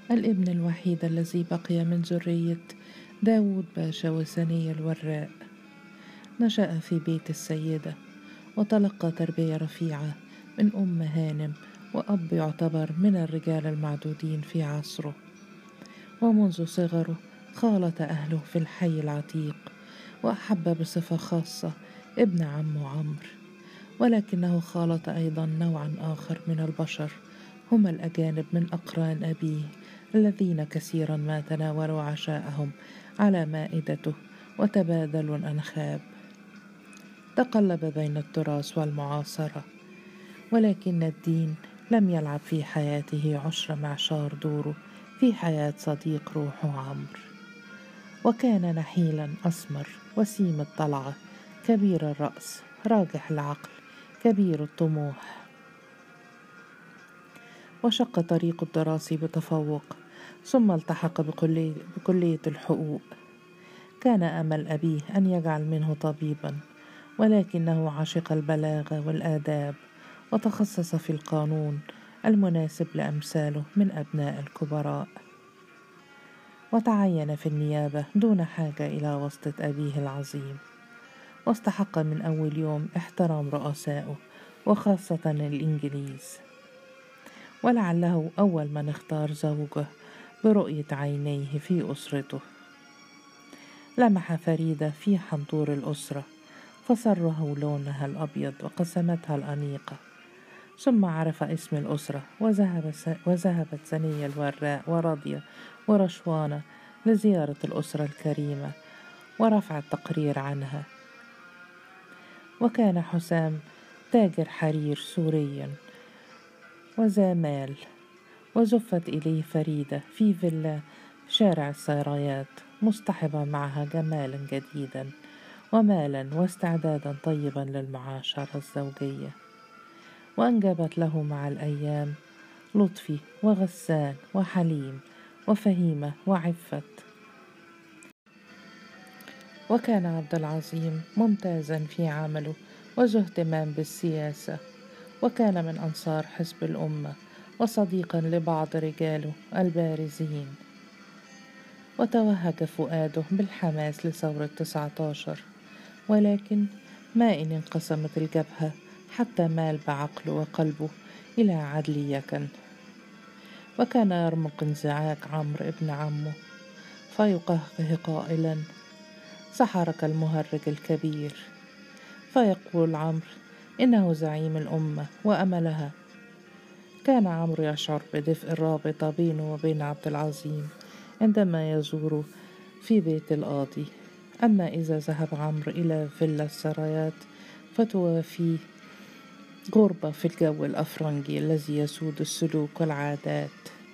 الابن الوحيد الذي بقي من ذرية داود باشا وثنية الوراء. نشأ في بيت السيدة وتلقى تربية رفيعة من أم هانم وأب يعتبر من الرجال المعدودين في عصره. ومنذ صغره خالط أهله في الحي العتيق، وأحب بصفة خاصة ابن عمه عمرو، ولكنه خالط أيضا نوعا آخر من البشر، هم الأجانب من أقران أبيه الذين كثيرا ما تناولوا عشاءهم على مائدته وتبادلوا الأنخاب. تقلب بين التراث والمعاصرة، ولكن الدين لم يلعب في حياته عشر معشار دوره في حياة صديق روحه عمرو. وكان نحيلا أسمر وسيم الطلعة، كبير الرأس، راجح العقل، كبير الطموح، وشق طريق الدراسي بتفوق، ثم التحق بكلية الحقوق. كان أمل أبيه أن يجعل منه طبيبا، ولكنه عشق البلاغة والآداب، وتخصص في القانون المناسب لأمثاله من أبناء الكبراء، وتعين في النيابة دون حاجة إلى واسطة أبيه العظيم، واستحق من أول يوم احترام رؤسائه وخاصة الإنجليز. ولعله أول من اختار زوجه برؤية عينيه في أسرته. لمح فريدة في حنطور الأسرة فسره لونها الأبيض وقسمتها الأنيقة، ثم عرف اسم الأسرة وذهبت ثنية الوراء ورضية ورشوانة لزيارة الأسرة الكريمة ورفع التقرير عنها. وكان حسام تاجر حرير سوريا وذا مال، وزفت إليه فريدة في فيلا شارع السرايات، مصطحبة معها جمالا جديدا ومالا واستعدادا طيبا للمعاشرة الزوجية. وأنجبت له مع الأيام لطفي وغسان وحليم وفهيمة وعفت. وكان عبد العظيم ممتازا في عمله وذو اهتمام بالسياسة، وكان من أنصار حزب الأمة وصديقا لبعض رجاله البارزين. وتوهج فؤاده بالحماس لثورة 19، ولكن ما إن انقسمت الجبهة حتى مال بعقله وقلبه إلى عدلية. وكان يرمق انزعاج عمرو ابن عمه فيقهقه قائلا: سحرك المهرج الكبير. فيقول عمرو إنه زعيم الأمة وأملها. كان عمرو يشعر بدفء الرابطة بينه وبين عبد العظيم عندما يزور في بيت القاضي. أما إذا ذهب عمرو إلى فيلا السرايات فتوافيه غربة في الجو الأفرنجي الذي يسود السلوك والعادات.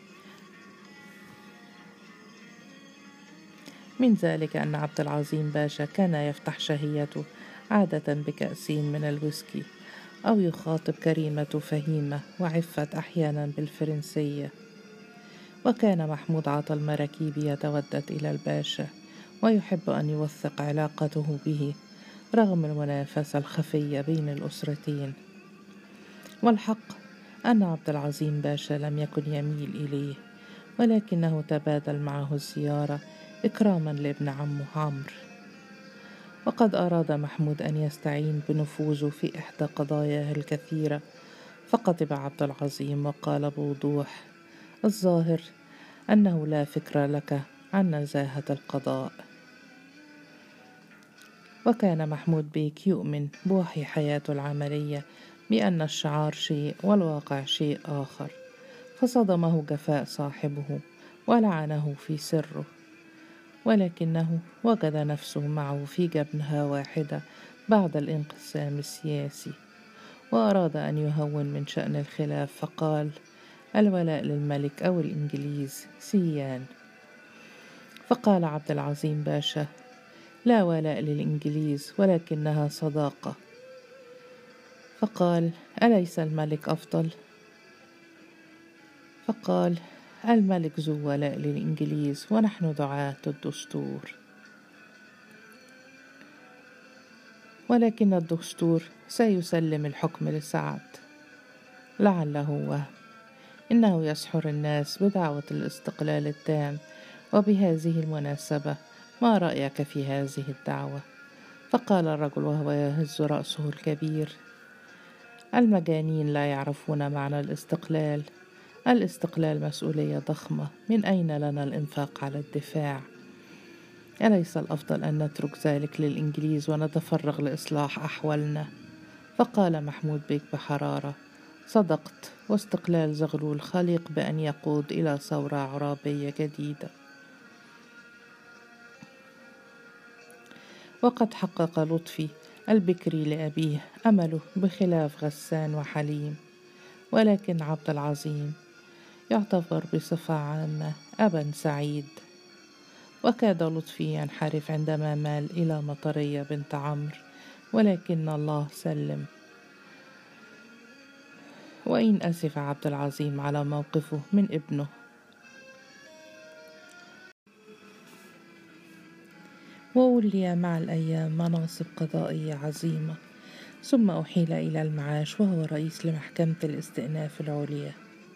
من ذلك أن عبد العظيم باشا كان يفتح شهيته عادة بكأسين من الويسكي، أو يخاطب كريمة فهيمة وعفت أحيانا بالفرنسية. وكان محمود عطا المراكيبي يتودد إلى الباشا ويحب أن يوثق علاقته به رغم المنافسة الخفية بين الأسرتين. والحق أن عبد العظيم باشا لم يكن يميل إليه، ولكنه تبادل معه الزيارة إكراما لابن عمه عمرو. وقد أراد محمود أن يستعين بنفوذه في إحدى قضاياه الكثيرة، فقطب عبد العظيم وقال بوضوح: الظاهر أنه لا فكر لك عن نزاهة القضاء. وكان محمود بيك يؤمن بوحي حياته العملية بأن الشعار شيء والواقع شيء آخر، فصدمه جفاء صاحبه ولعنه في سره، ولكنه وجد نفسه معه في جبهة واحدة بعد الانقسام السياسي، وأراد أن يهون من شأن الخلاف فقال: الولاء للملك أو الإنجليز سيان. فقال عبد العظيم باشا: لا ولاء للإنجليز ولكنها صداقة. فقال: أليس الملك أفضل؟ فقال: الملك ذو ولاء للإنجليز ونحن دعاة الدستور، ولكن الدستور سيسلم الحكم لسعد. لعله وهم، إنه يسحر الناس بدعوة الاستقلال التام، وبهذه المناسبة ما رأيك في هذه الدعوة؟ فقال الرجل وهو يهز رأسه الكبير: المجانين لا يعرفون معنى الاستقلال. الاستقلال مسؤولية ضخمة، من أين لنا الإنفاق على الدفاع؟ أليس الأفضل أن نترك ذلك للإنجليز ونتفرغ لإصلاح أحوالنا؟ فقال محمود بيك بحرارة: صدقت، واستقلال زغلول خليق بأن يقود إلى ثورة عرابية جديدة. وقد حقق لطفي البكري لأبيه أمله بخلاف غسان وحليم، ولكن عبد العظيم يعتبر بصفة عامة أبا سعيد. وكاد لطفي ينحرف عندما مال إلى مطرية بنت عمرو، ولكن الله سلم. وإن أسف عبد العظيم على موقفه من ابنه. وولي مع الأيام مناصب قضائية عظيمة، ثم أحيل إلى المعاش وهو رئيس لمحكمة الاستئناف العليا.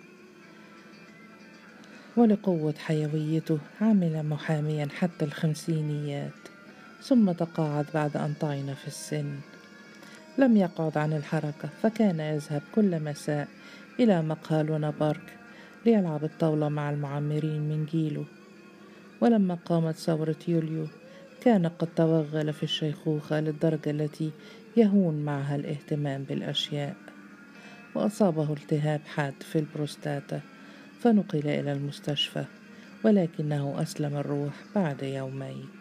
ولقوة حيويته عمل محاميا حتى الخمسينيات، ثم تقاعد بعد أن طعن في السن. لم يقعد عن الحركة، فكان يذهب كل مساء إلى مقهى لونا بارك ليلعب الطاولة مع المعمرين من جيله. ولما قامت ثورة يوليو كان قد توغل في الشيخوخة للدرجة التي يهون معها الاهتمام بالأشياء، وأصابه التهاب حاد في البروستاتا، فنقل إلى المستشفى، ولكنه أسلم الروح بعد يومين.